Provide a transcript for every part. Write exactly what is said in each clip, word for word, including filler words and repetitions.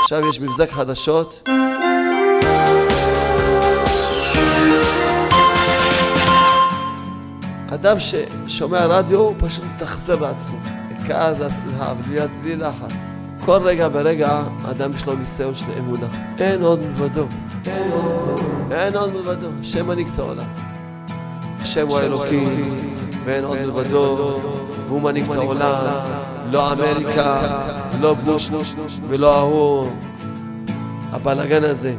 עכשיו יש מבזק חדשות. אדם ששומע רדיו הוא פשוט תחזר לעצמו. עיקר זה השמחה ולהיות בלי לחץ. כל רגע ברגע אדם יש לו ניסיון של אמונה. אין עוד מלבדו. אין עוד מלבדו. אין עוד מלבדו. השם מנהיג את העולם. השם הוא האלוקים ואין עוד מלבדו. והוא מנהיג את העולם. לא אמריקה, לא בוש ולא ההוא. הבלגן הזה.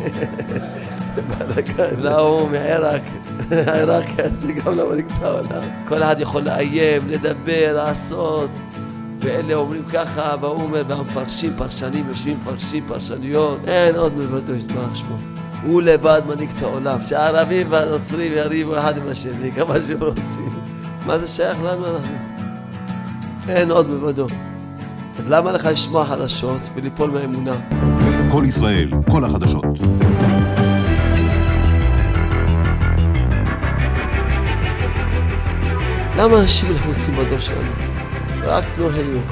בלגן. לא הוא מעיראק. העיראק זה גם לא מנהיג את העולם. כל אחד יכול לאיים, לדבר, לעשות. ואלה אומרים ככה, והוא אומר, והמפרשים, פרשנים, יושבים פרשים, פרשניות. אין עוד מלבדו, ישתבח שמו. הוא לבד מנהיג את העולם. שהערבים והנוצרים יריבו אחד עם השני, כמה שהם רוצים. מה זה שייך לנו אנחנו? אין עוד מלבדו. אז למה לך לשמוע חדשות וליפול מהאמונה? כל ישראל, כל החדשות. למה אנשים לחוצים בדור שלנו? רק תנו חיוך.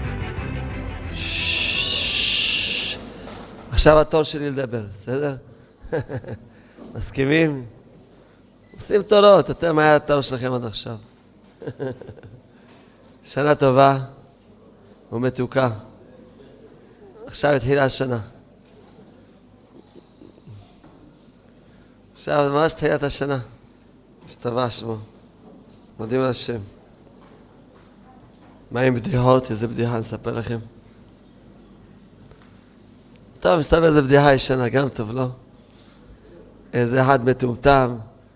עכשיו התור שלי לדבר, בסדר? מסכימים? עושים תורות, אתם מה היה התור שלכם עד עכשיו? שנה טובה ומתוקה. עכשיו התחילה השנה. עכשיו ממש תחילת השנה. שטבע שמו. מודים להשם. מה עם בדיחות? איזה בדיחה נספר לכם? טוב, מסתבר איזה בדיחה ישנה, גם טוב, לא? איזה אחד מטומטם.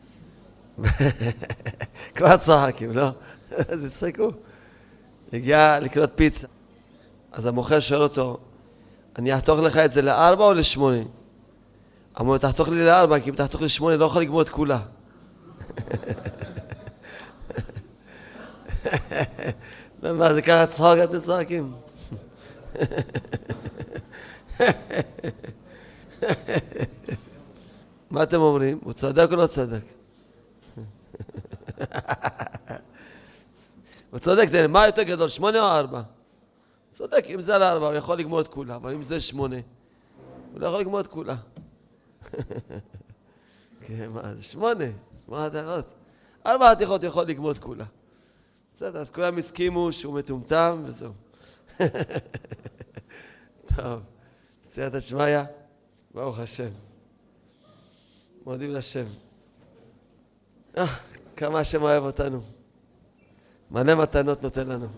כבר צוחקים, לא? אז יצחקו. הגיע לקנות פיצה. אז המוכר שואל אותו, אני אחתוך לך את זה לארבע או לשמונה? אמרו, תחתוך לי לארבע, כי אם תחתוך לי לשמונה, לא יכול לגמור את כולה. מה, זה ככה צחוק, אתם צוחקים? מה אתם אומרים? הוא צדק או לא צדק? הוא צודק, מה יותר גדול, שמונה או ארבע? צודק, אם זה על ארבע, הוא יכול לגמור את כולה, אבל אם זה שמונה, הוא לא יכול לגמור את כולה. כן, מה, זה שמונה, שמונה תחות. ארבע תחות יכול לגמור את כולה. בסדר, אז כולם הסכימו שהוא מטומטם וזהו. טוב, בסייעתא דשמיא, ברוך השם. מודים לשם. אה, כמה השם אוהב אותנו. מלא מתנות נותן לנו.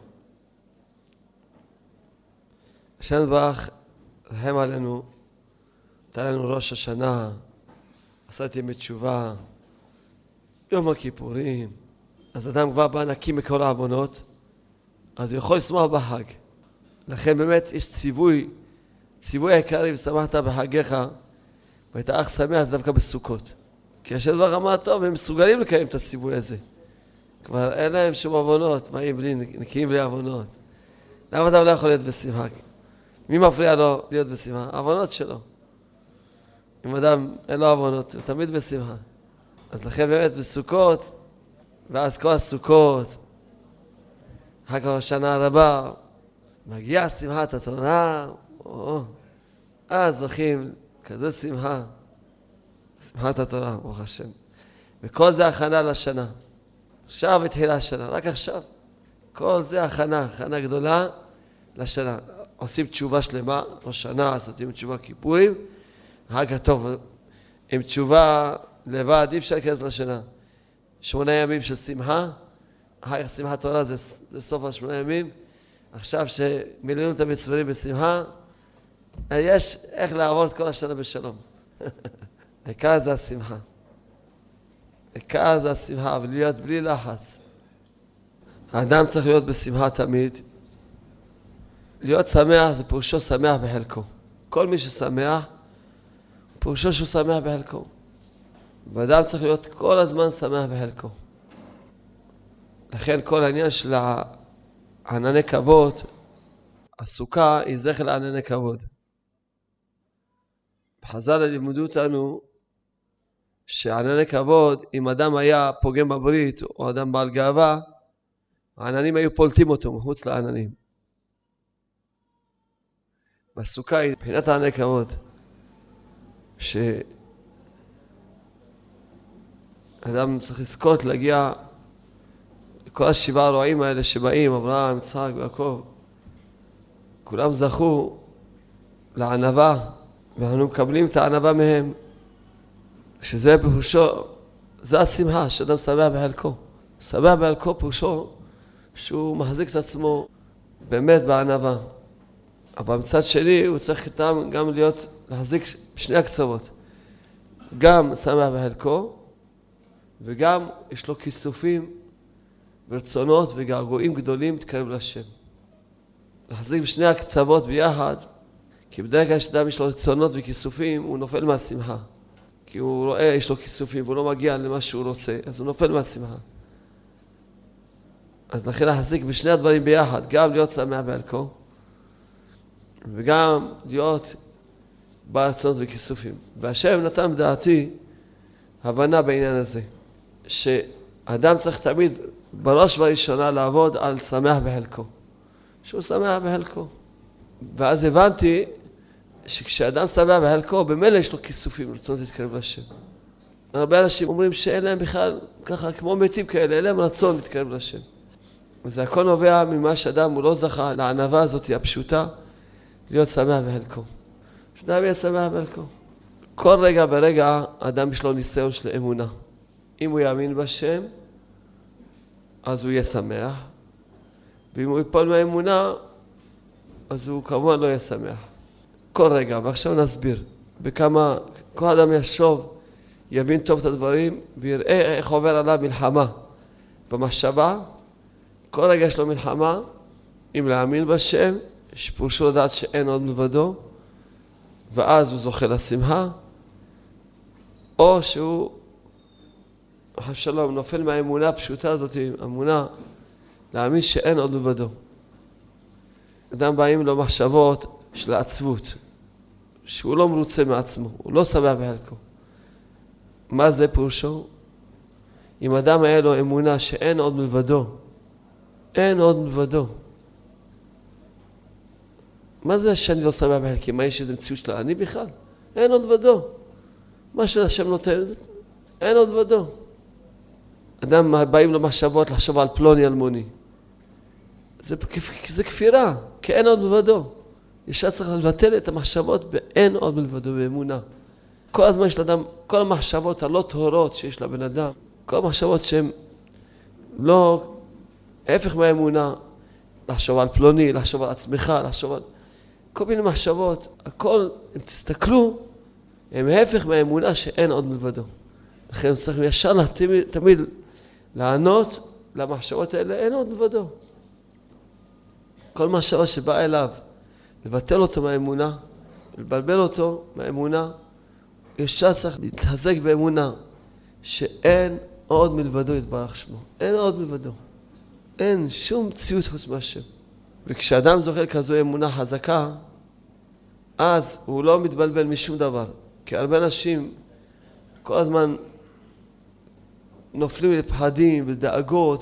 השם יתברך רחם עלינו, נתן לנו ראש השנה, עשיתי ימי תשובה, יום הכיפורים. אז אדם כבר בא נקי מכל העוונות, אז הוא יכול לשמוח בחג. לכן באמת יש ציווי, ציווי העיקרי, ושמחת בחגיך, והייתה אך שמח זה דווקא בסוכות. כי השם יתברך אמר טוב, הם מסוגלים לקיים את הציווי הזה. כבר אין להם שום עוונות, מה בלי, נקיים בלי עוונות. למה אדם לא יכול להיות בשמחה? מי מפריע לו להיות בשמחה? העוונות שלו. אם אדם אין לו עוונות, הוא תמיד בשמחה. אז לכן באמת בסוכות, ואז כל הסוכות, אחר כך השנה הרבה, מגיעה שמחת התורה, או, אז זוכים כזה שמחה, שמחת התורה, ברוך השם. וכל זה הכנה לשנה. עכשיו התחילה השנה, רק עכשיו. כל זה הכנה, הכנה גדולה לשנה. עושים תשובה שלמה, ראש שנה, עושים תשובה כיפורים, אחר כך טוב, עם תשובה לבד, אי אפשר להיכנס לשנה. שמונה ימים של שמחה, אחר כך שמחת תורה זה, זה סוף השמונה ימים. עכשיו שמילאנו את המצווים בשמחה, יש איך לעבור את כל השנה בשלום. העיקר זה השמחה. העיקר זה השמחה, ולהיות בלי לחץ. האדם צריך להיות בשמחה תמיד. להיות שמח זה פירושו שמח בחלקו. כל מי ששמח, פירושו שהוא שמח בחלקו. ואדם צריך להיות כל הזמן שמח בחלקו. לכן כל העניין של הענני כבוד, הסוכה היא זכר לענני כבוד. בחז"ל לימדו אותנו שענני כבוד, אם אדם היה פוגם בברית או אדם בעל גאווה, העננים היו פולטים אותו מחוץ לעננים. בסוכה היא מבחינת הנקמות, שאדם צריך לזכות להגיע לכל השבעה הרועים האלה שבאים, אברהם, יצחק ויעקב, כולם זכו לענווה, ואנחנו מקבלים את הענווה מהם, שזה פירושו, זה השמחה שאדם שמח בחלקו. שמח בחלקו פירושו שהוא מחזיק את עצמו באמת בענווה. אבל מצד שני הוא צריך גם להיות, להחזיק שני הקצוות. גם שמח בחלקו, וגם יש לו כיסופים ורצונות וגעגועים גדולים להתקרב לשם. להחזיק בשני הקצוות ביחד, כי בדרך כלל שאדם יש לו רצונות וכיסופים, הוא נופל מהשמחה. כי הוא רואה, יש לו כיסופים, והוא לא מגיע למה שהוא רוצה, אז הוא נופל מהשמחה. אז לכן להחזיק בשני הדברים ביחד, גם להיות שמח בחלקו, וגם להיות בעל רצונות וכיסופים. והשם נתן בדעתי הבנה בעניין הזה, שאדם צריך תמיד בראש ובראשונה לעבוד על שמח בחלקו. שהוא שמח בחלקו. ואז הבנתי שכשאדם שמח בחלקו, במילא יש לו כיסופים, רצונות להתקרב לשם. הרבה אנשים אומרים שאין להם בכלל, ככה כמו מתים כאלה, אין להם רצון להתקרב לשם. וזה הכל נובע ממה שאדם הוא לא זכה לענווה הזאת הפשוטה, להיות שמח בחלקו. שאדם יהיה שמח בחלקו. כל רגע ברגע אדם יש לו ניסיון של אמונה. אם הוא יאמין בשם, אז הוא יהיה שמח. ואם הוא ייפול מהאמונה, אז הוא כמובן לא יהיה שמח. כל רגע, ועכשיו נסביר. בכמה, כל אדם ישוב, יבין טוב את הדברים, ויראה איך עובר עליו מלחמה. במחשבה, כל רגע יש לו מלחמה, אם להאמין בשם, שפורשו לדעת שאין עוד מלבדו, ואז הוא זוכה לשמחה, או שהוא, חס ושלום, נופל מהאמונה הפשוטה הזאת, אמונה, להאמין שאין עוד מלבדו. אדם באים לו מחשבות של עצבות, שהוא לא מרוצה מעצמו, הוא לא שמח בחלקו. מה זה פירושו? אם אדם היה לו אמונה שאין עוד מלבדו, אין עוד מלבדו. מה זה שאני לא שמח בחלקי? מה יש איזה מציאות שלה? אני בכלל? אין עוד מלבדו. מה שהשם נותן, אין עוד מלבדו. אדם באים לו מחשבות לחשוב על פלוני אלמוני. זה, זה כפירה, כי אין עוד מלבדו. ישר צריך לבטל את המחשבות באין עוד מלבדו, באמונה. כל הזמן יש לאדם, כל המחשבות הלא טהורות שיש לבן אדם, כל המחשבות שהן לא, ההפך מהאמונה, לחשוב על פלוני, לחשוב על עצמך, לחשוב על כל מיני מחשבות, הכל, אם תסתכלו, הם ההפך מהאמונה שאין עוד מלבדו. לכן צריך ישר תמיד, תמיד לענות למחשבות האלה, אין עוד מלבדו. כל מחשבה שבאה אליו, לבטל אותו מהאמונה, לבלבל אותו מהאמונה, ישר צריך להתחזק באמונה, שאין עוד מלבדו יתברך שמו. אין עוד מלבדו. אין שום מציאות חוץ מהשם. וכשאדם זוכה כזו אמונה חזקה, אז הוא לא מתבלבל משום דבר. כי הרבה אנשים כל הזמן נופלים לפחדים ולדאגות,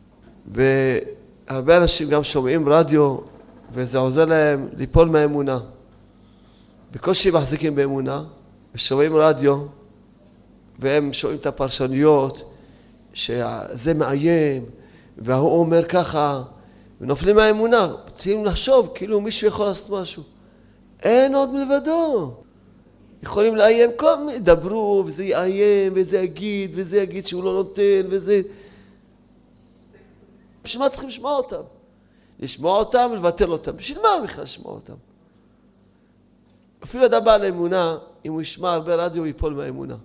והרבה אנשים גם שומעים רדיו, וזה עוזר להם ליפול מהאמונה. בקושי מחזיקים באמונה, ושומעים רדיו, והם שומעים את הפרשנויות, שזה מאיים, והוא אומר ככה, ונופלים מהאמונה, מתחילים לחשוב כאילו מישהו יכול לעשות משהו. אין עוד מלבדו. יכולים לאיים, כל מיני, דברו, וזה יאיים, וזה יגיד, וזה יגיד שהוא לא נותן, וזה... בשביל מה צריכים לשמוע אותם? לשמוע אותם ולבטל אותם. בשביל מה בכלל לשמוע אותם? אפילו אדם בעל אמונה, אם הוא ישמע הרבה רדיו, הוא ייפול מהאמונה.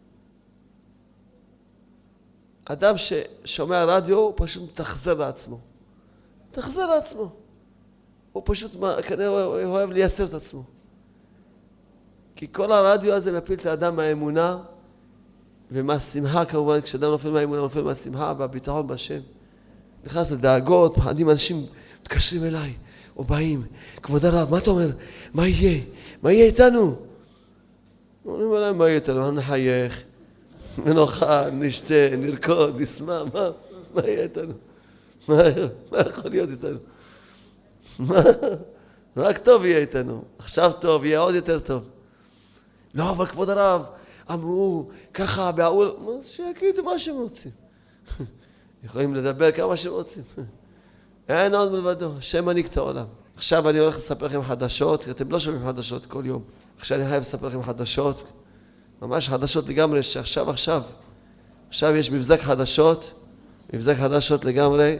אדם ששומע רדיו, הוא פשוט מתחזר לעצמו. מתחזר לעצמו. הוא פשוט, כנראה, הוא אוהב לייסר את עצמו. כי כל הרדיו הזה מפיל את האדם מהאמונה, ומהשמחה כמובן, כשאדם נופל מהאמונה, נופל מהשמחה והביטחון בשם. נכנס לדאגות, פחדים, אנשים מתקשרים אליי, או באים, כבוד הרב, מה אתה אומר? מה יהיה? מה יהיה איתנו? אומרים עליהם, מה יהיה איתנו? אנחנו נחייך, נאכל, נשתה, נרקוד, נשמע, מה, מה יהיה איתנו? מה, מה יכול להיות איתנו? מה, רק טוב יהיה איתנו. עכשיו טוב, יהיה עוד יותר טוב. לא, אבל כבוד הרב, אמרו, ככה, בעול, שיגידו מה שהם רוצים. יכולים לדבר כמה שהם רוצים. אין עוד מלבדו, השם מנהיג את העולם. עכשיו אני הולך לספר לכם חדשות, כי אתם לא שומעים חדשות כל יום. עכשיו אני חייב לספר לכם חדשות, ממש חדשות לגמרי, שעכשיו, עכשיו, עכשיו יש מבזק חדשות, מבזק חדשות לגמרי,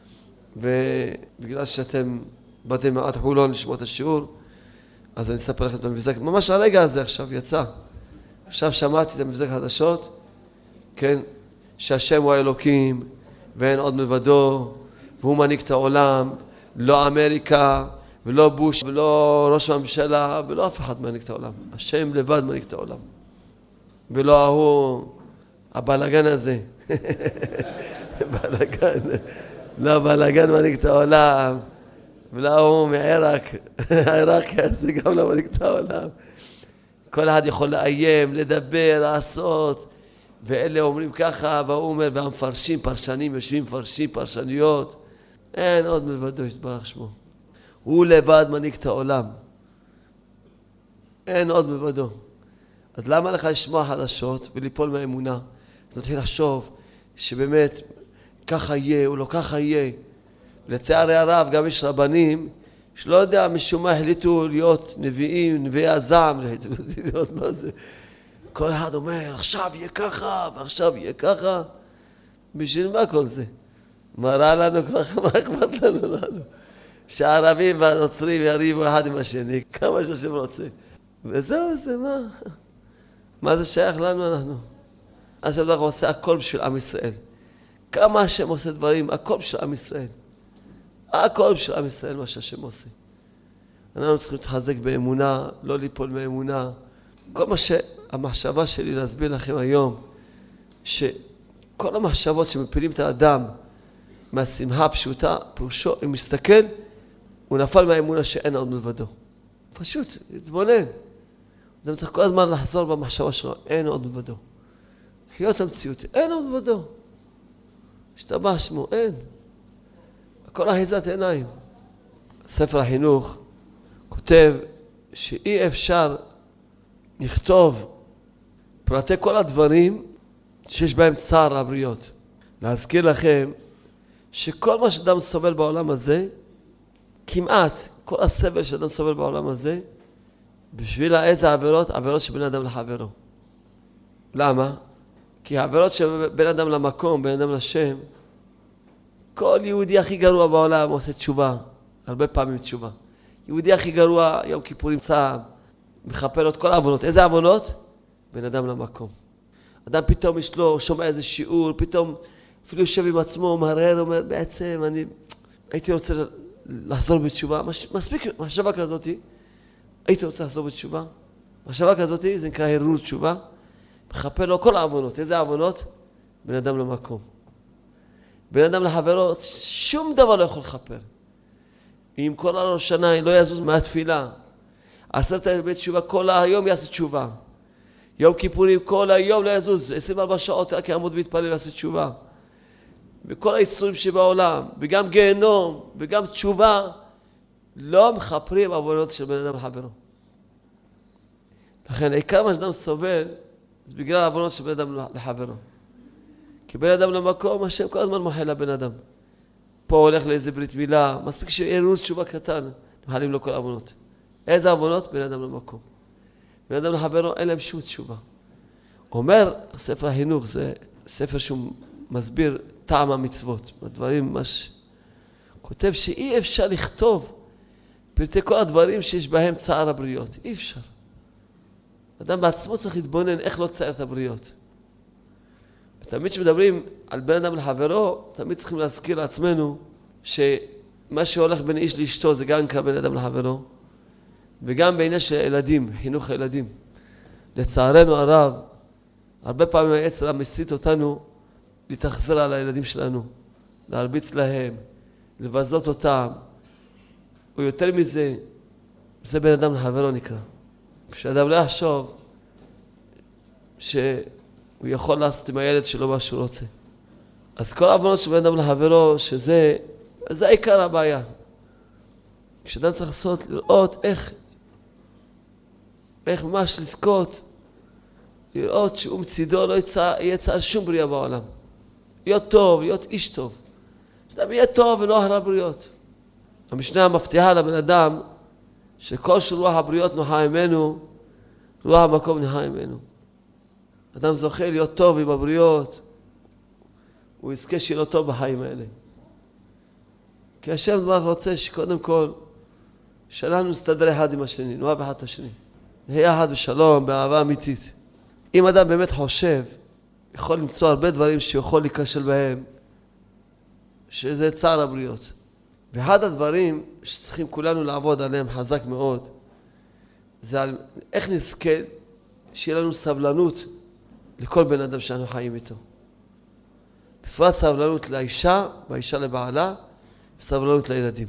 ובגלל שאתם באתם מעט חולון לשמוע את השיעור, אז אני אספר לכם את המבזק, ממש הרגע הזה עכשיו יצא. עכשיו שמעתי את המבזק חדשות, כן, שהשם הוא האלוקים, ואין עוד מלבדו, והוא מנהיג את העולם, לא אמריקה, ולא בוש, ולא ראש הממשלה, ולא אף אחד מנהיג את העולם. השם לבד מנהיג את העולם. ולא ההוא, הבלגן הזה. בלגן, לא בלגן מנהיג את העולם, ולא ההוא מעיראק, העיראקי הזה גם לא מנהיג את העולם. כל אחד יכול לאיים, לדבר, לעשות, ואלה אומרים ככה, והוא אומר, והמפרשים, פרשנים, יושבים מפרשים, פרשניות, אין עוד מלבדו, יתברך שמו. הוא לבד מנהיג את העולם. אין עוד מלבדו. אז למה לך לשמוע חדשות וליפול מהאמונה? אז נתחיל לחשוב שבאמת ככה יהיה או לא ככה יהיה. לצערי הרב גם יש רבנים שלא יודע משום מה החליטו להיות נביאים, נביאי הזעם, להיות מה זה. כל אחד אומר, עכשיו יהיה ככה, ועכשיו יהיה ככה. בשביל מה כל זה? מה רע לנו ככה, מה אכפת לנו לנו? שהערבים והנוצרים יריבו אחד עם השני, כמה שהשם רוצה. וזהו זה, מה? מה זה שייך לנו אנחנו? השם אנחנו עושה הכל בשביל עם ישראל. כמה השם עושה דברים, הכל בשביל עם ישראל. הכל בשביל עם ישראל מה שהשם עושה. אנחנו צריכים להתחזק באמונה, לא ליפול מאמונה. כל מה שהמחשבה שלי להסביר לכם היום, שכל המחשבות שמפילים את האדם מהשמחה הפשוטה, פירושו, אם מסתכל, הוא נפל מהאמונה שאין עוד מלבדו. פשוט, להתבונן. אדם צריך כל הזמן לחזור במחשבה שלו, אין עוד מלבדו. לחיות המציאות, אין עוד מלבדו. השתבח שמו, אין. הכל אחיזת עיניים. ספר החינוך כותב שאי אפשר לכתוב פרטי כל הדברים שיש בהם צער הבריות. להזכיר לכם שכל מה שאדם סובל בעולם הזה, כמעט כל הסבל שאדם סובל בעולם הזה, בשביל איזה עבירות? עבירות שבין אדם לחברו. למה? כי העבירות שבין אדם למקום, בין אדם לשם, כל יהודי הכי גרוע בעולם עושה תשובה, הרבה פעמים תשובה. יהודי הכי גרוע, יום כיפורים צעם, מחפר את כל העוונות. איזה עוונות? בין אדם למקום. אדם פתאום יש לו, שומע איזה שיעור, פתאום אפילו יושב עם עצמו, מהרהר, אומר, בעצם אני הייתי רוצה לחזור בתשובה. מספיק מחשבה כזאת, הייתי רוצה לחזור בתשובה. מחשבה כזאת, זה נקרא הרהור תשובה. מחפר לו כל העוונות. איזה עוונות? בין אדם למקום. בין אדם לחברו, שום דבר לא יכול לחפר. אם כל הראש שנה לא יזוז מהתפילה, עשרת ימי תשובה, כל היום יעשה תשובה. יום כיפורים, כל היום לא יזוז, עשרים וארבע שעות, רק יעמוד ויתפלל ויעשה תשובה. וכל האיסורים שבעולם, וגם גיהנום, וגם תשובה, לא מחפרים עוונות של בן אדם לחברו. לכן, העיקר מה שאדם סובל, זה בגלל העוונות של בן אדם לחברו. כי בן אדם למקום, השם כל הזמן מוחל לבן אדם. פה הולך לאיזה ברית מילה, מספיק שירור תשובה קטן, מחלים לו כל העוונות. איזה עוונות? בן אדם למקום. בן אדם לחברו, אין להם שום תשובה. אומר, ספר החינוך, זה ספר שהוא מסביר טעם המצוות. הדברים ממש... כותב שאי אפשר לכתוב פרטי כל הדברים שיש בהם צער הבריות. אי אפשר. אדם בעצמו צריך להתבונן איך לא צער את הבריות. ותמיד שמדברים על בן אדם לחברו, תמיד צריכים להזכיר לעצמנו שמה שהולך בין איש לאשתו זה גם נקרא בן אדם לחברו, וגם בעניין של ילדים, חינוך הילדים. לצערנו הרב, הרבה פעמים היצר מסית אותנו להתאכזר על הילדים שלנו, להרביץ להם, לבזות אותם, או יותר מזה, זה בן אדם לחברו נקרא. כשאדם לא יחשוב שהוא יכול לעשות עם הילד שלו מה שהוא רוצה. אז כל העוונות של בן אדם לחברו, שזה, זה עיקר הבעיה. כשאדם צריך לעשות, לראות איך, איך ממש לזכות, לראות שהוא מצידו לא יצא, יצא על שום בריאה בעולם. להיות טוב, להיות איש טוב. שאדם יהיה טוב ולא הרע בריות. המשנה המבטיחה לבן אדם, שכל שרוח הבריות נוחה ממנו, רוח המקום נוחה ממנו. אדם זוכה להיות טוב עם הבריות, הוא יזכה שיהיה לו טוב בחיים האלה. כי השם דבר רוצה שקודם כל, שאנחנו נסתדר אחד עם השני, נאהב אחד את השני. נהיה אחד בשלום, באהבה אמיתית. אם אדם באמת חושב, יכול למצוא הרבה דברים שיכול להיכשל בהם, שזה צער הבריות. ואחד הדברים שצריכים כולנו לעבוד עליהם חזק מאוד, זה על איך נזכה שיהיה לנו סבלנות לכל בן אדם שאנחנו חיים איתו. בפרט סבלנות לאישה, והאישה לבעלה, וסבלנות לילדים.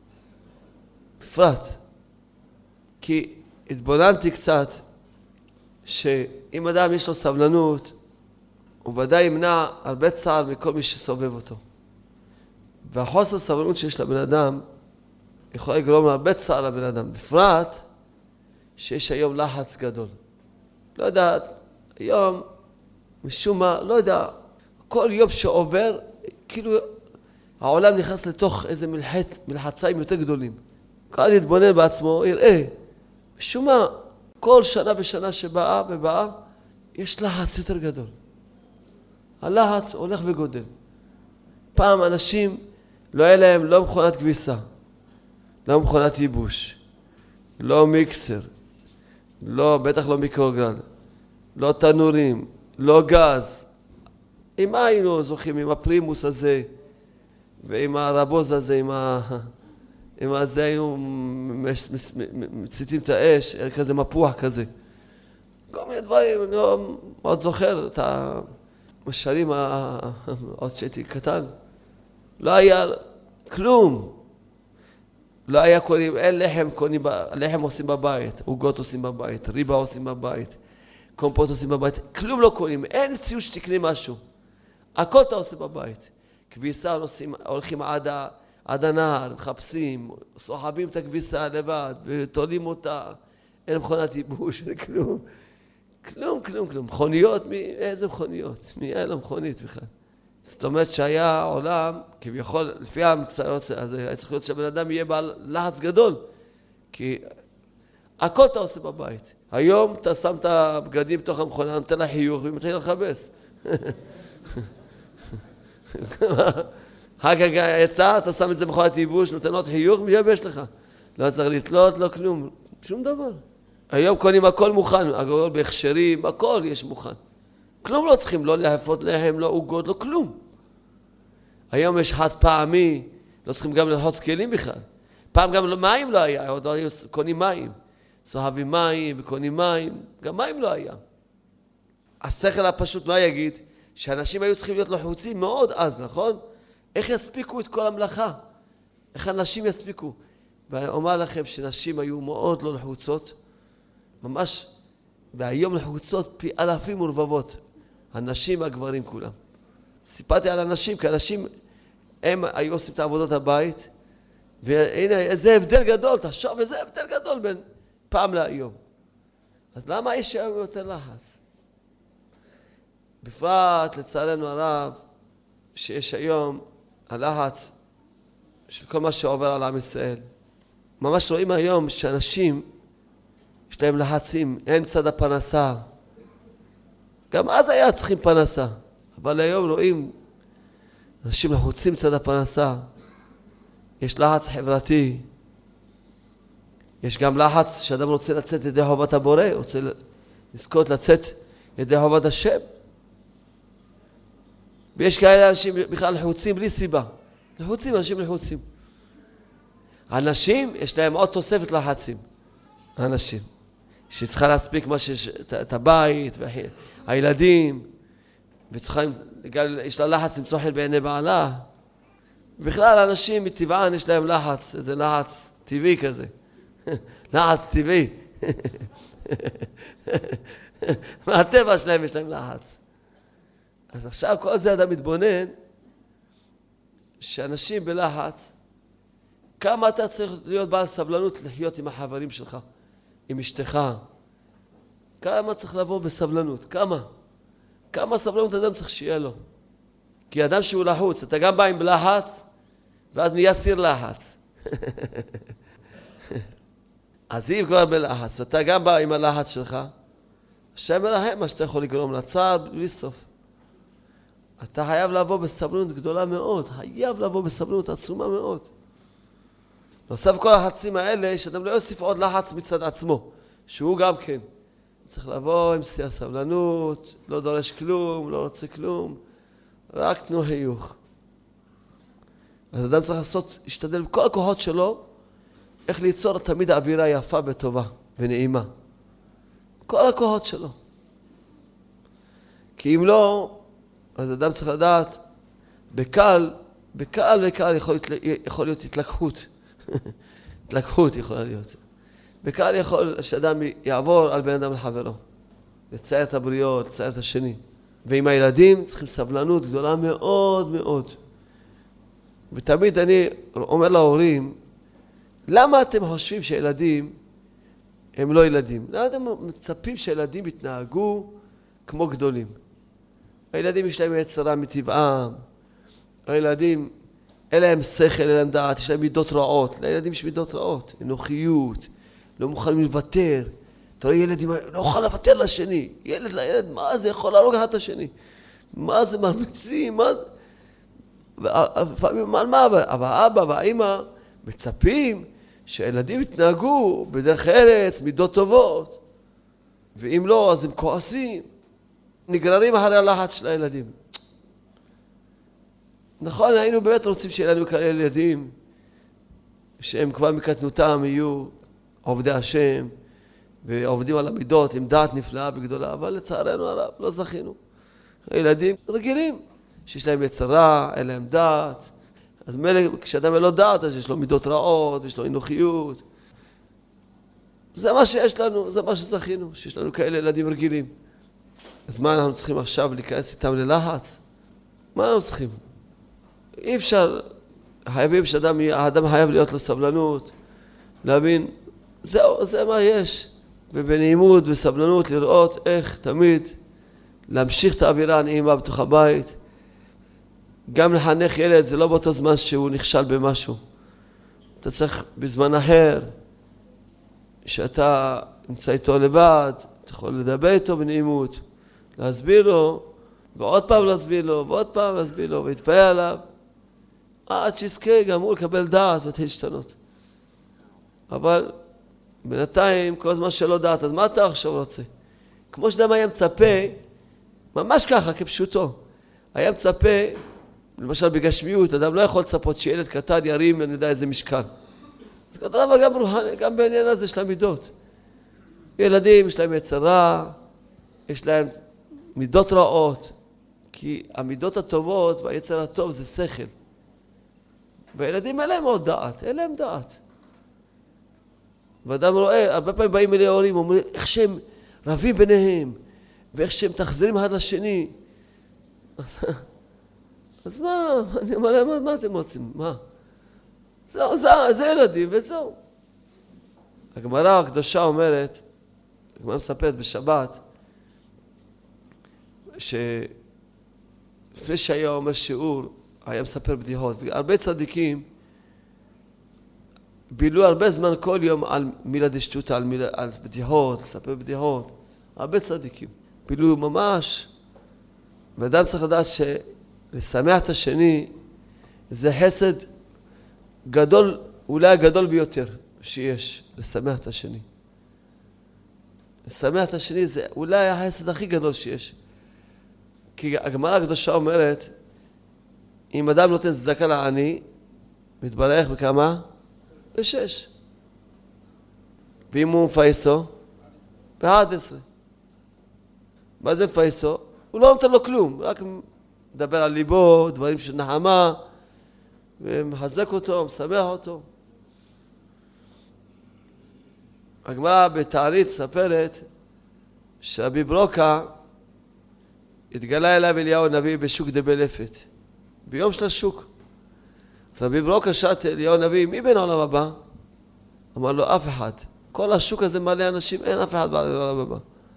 בפרט. כי התבוננתי קצת, שאם אדם יש לו סבלנות, הוא ודאי ימנע הרבה צער מכל מי שסובב אותו. והחוסר סבלנות שיש לבן אדם, יכול לגרום להרבה צער לבן אדם. בפרט, שיש היום לחץ גדול. לא יודע, היום, משום מה, לא יודע, כל יום שעובר, כאילו העולם נכנס לתוך איזה מלחץ, מלחציים יותר גדולים. כל אחד יתבונן בעצמו, יראה, משום מה, כל שנה ושנה שבאה ובאה, יש לחץ יותר גדול. הלחץ הולך וגודל. פעם אנשים לא היה להם לא מכונת כביסה, לא מכונת ייבוש, לא מיקסר, לא, בטח לא מיקרוגל, לא תנורים, לא גז. עם מה היינו זוכים? עם הפרימוס הזה, ועם הרבוז הזה, עם ה... עם הזה היו מציתים את האש, היה כזה מפוח כזה. כל מיני דברים, אני לא מאוד זוכר את המשלים עוד שהייתי קטן. לא היה כלום. לא היה קונים, אין לחם, קונים, לחם עושים בבית, עוגות עושים בבית, ריבה עושים בבית, קומפוט עושים בבית, כלום לא קונים, אין ציוד שתקני משהו. הכל אתה עושה בבית. כביסה נוסעים, הולכים עד, עד הנהר, מחפשים, סוחבים את הכביסה לבד ותולים אותה, אין מכונת ייבוש, אין כלום. כלום, כלום, כלום. מכוניות, מי, איזה מכוניות? מי היה לו מכונית בכלל? זאת אומרת שהיה עולם, כביכול, לפי המצאות, אז היה צריך להיות שהבן אדם יהיה בעל לחץ גדול. כי הכל אתה עושה בבית. היום אתה שם את הבגדים בתוך המכונה, נותן לה חיוך ומתחיל לחבס. אחר כך יצא, אתה שם את זה במכונת ייבוש, נותן עוד חיוך ומייבש לך. לא צריך לתלות, לא כלום, שום דבר. היום קונים הכל מוכן, הכל בהכשרים, הכל יש מוכן. כלום לא צריכים, לא להפות להם, לא עוגות, לא כלום. היום יש חד פעמי, לא צריכים גם ללחוץ כלים בכלל. פעם גם מים לא היה, עוד היו קונים מים. סוחבים מים וקונים מים, גם מים לא היה. השכל הפשוט מה יגיד? שאנשים היו צריכים להיות לחוצים מאוד אז, נכון? איך יספיקו את כל המלאכה? איך אנשים יספיקו? ואני אומר לכם שנשים היו מאוד לא לחוצות, ממש, והיום לחוצות פי אלפים ורבבות. הנשים והגברים כולם. סיפרתי על הנשים, כי הנשים, הם היו עושים את העבודות הבית, והנה, איזה הבדל גדול, תחשוב, איזה הבדל גדול בין פעם להיום. אז למה יש היום יותר לחץ? בפרט, לצערנו הרב, שיש היום הלחץ של כל מה שעובר על עם ישראל. ממש רואים היום שאנשים, יש להם לחצים, אין מצד הפרנסה. גם אז היה צריכים פרנסה, אבל היום רואים אנשים לחוצים מצד הפרנסה. יש לחץ חברתי, יש גם לחץ שאדם רוצה לצאת ידי חובת הבורא, רוצה לזכות לצאת ידי חובת השם. ויש כאלה אנשים בכלל לחוצים בלי סיבה. לחוצים, אנשים לחוצים. האנשים, יש להם עוד תוספת לחצים. האנשים. שצריכה להספיק מה שיש, את הבית, והילדים, וצריכה, יש לה לחץ למצוא חן בעיני בעלה. בכלל, האנשים מטבען יש להם לחץ, איזה לחץ טבעי כזה. לחץ טבעי. מהטבע שלהם יש להם לחץ. אז עכשיו כל זה אדם מתבונן, שאנשים בלחץ, כמה אתה צריך להיות בעל סבלנות לחיות עם החברים שלך, עם אשתך. כמה צריך לבוא בסבלנות, כמה? כמה סבלנות אדם צריך שיהיה לו? כי אדם שהוא לחוץ, אתה גם בא עם לחץ, ואז נהיה סיר לחץ. אז אם כבר בלחץ, ואתה גם בא עם הלחץ שלך, השם מרחם מה שאתה יכול לגרום לצער בלי סוף. אתה חייב לבוא בסבלנות גדולה מאוד, חייב לבוא בסבלנות עצומה מאוד. נוסף כל הלחצים האלה, שאדם לא יוסיף עוד לחץ מצד עצמו, שהוא גם כן. צריך לבוא עם שיא הסבלנות, לא דורש כלום, לא רוצה כלום, רק תנו חיוך. אז אדם צריך לעשות, להשתדל בכל הכוחות שלו, איך ליצור תמיד האווירה יפה וטובה ונעימה. כל הכוחות שלו. כי אם לא, אז אדם צריך לדעת, בקל, בקל וקל יכול, יכול להיות התלקחות. התלקחות יכולה להיות. בקל יכול שאדם יעבור על בן אדם לחברו. לצייר את הבריות, לצייר את השני. ועם הילדים צריכים סבלנות גדולה מאוד מאוד. ותמיד אני אומר להורים, למה אתם חושבים שילדים הם לא ילדים? למה אתם מצפים שילדים יתנהגו כמו גדולים? הילדים יש להם יצרה מטבעם, הילדים אין להם שכל, אין להם דעת, יש להם מידות רעות, לילדים יש מידות רעות, אנוכיות, לא מוכנים לוותר. אתה רואה ילד לא יכול לוותר לשני, ילד לילד, מה זה יכול להרוג אחד את השני? מה זה מרביצים, מה זה? לפעמים על מה? אבל האבא והאמא מצפים שהילדים יתנהגו בדרך ארץ, מידות טובות, ואם לא, אז הם כועסים, נגררים אחרי הלחץ של הילדים. נכון, היינו באמת רוצים שיהיה לנו כאלה ילדים, שהם כבר מקטנותם יהיו עובדי השם, ועובדים על המידות עם דעת נפלאה וגדולה, אבל לצערנו הרב, לא זכינו. הילדים רגילים, שיש להם יצרה, אין להם דעת, אז מלא, כשאדם אין לו דעת, אז יש לו מידות רעות, יש לו אנוכיות. זה מה שיש לנו, זה מה שזכינו, שיש לנו כאלה ילדים רגילים. אז מה אנחנו צריכים עכשיו להיכנס איתם ללחץ? מה אנחנו צריכים? אי אפשר, חייבים שאדם, האדם חייב להיות לו סבלנות, להבין, זהו, זה מה יש. ובנעימות וסבלנות לראות איך תמיד להמשיך את האווירה הנעימה בתוך הבית. גם לחנך ילד זה לא באותו זמן שהוא נכשל במשהו. אתה צריך בזמן אחר, שאתה נמצא איתו לבד, אתה יכול לדבר איתו בנעימות, להסביר לו, ועוד פעם להסביר לו, ועוד פעם להסביר לו, ולהתפעל עליו, עד שיזכה גם הוא לקבל דעת ותתחיל להשתנות. אבל בינתיים, כל הזמן שלא דעת, אז מה אתה עכשיו רוצה? כמו שאדם היה מצפה, ממש ככה, כפשוטו, היה מצפה, למשל בגשמיות, אדם לא יכול לצפות שילד קטן ירים, אני יודע איזה משקל. אז כתוב, אבל גם, גם בעניין הזה יש להם מידות. ילדים, יש להם יצרה, יש להם מידות רעות, כי המידות הטובות והיצר הטוב זה שכל. והילדים אין להם עוד דעת, אין להם דעת. ואדם רואה, הרבה פעמים באים אלי ההורים, אומרים איך שהם רבים ביניהם, ואיך שהם תחזרים אחד לשני. אז מה, אני אומר להם, מה, מה אתם רוצים? מה? זהו, זה, זה ילדים וזהו. הגמרא הקדושה אומרת, הגמרא מספרת בשבת, שלפני שהיה אומר שיעור, היה מספר בדיחות, והרבה צדיקים בילו הרבה זמן כל יום על מילה דשטותה, על, מילה, על בדיחות, לספר בדיחות. הרבה צדיקים בילו ממש. ואדם צריך לדעת שלשמח את השני זה חסד גדול, אולי הגדול ביותר שיש, לשמח את השני. לשמח את השני זה אולי החסד הכי גדול שיש. כי הגמרא הקדושה אומרת, אם אדם נותן צדקה לעני, מתברך בכמה? בשש. ואם הוא מפייסו? באחד עשרה. מה זה מפייסו? הוא לא נותן לו כלום, רק מדבר על ליבו, דברים של נחמה, ומחזק אותו, משמח אותו. הגמרא בתענית מספרת שרבי ברוקה התגלה אליו אליהו הנביא בשוק דבי לפת, ביום של השוק. אז רבי ברוקה שאל את אליהו הנביא, מי בן העולם הבא? אמר לו, אף אחד. כל השוק הזה מלא אנשים, אין אף אחד בעולם הבא.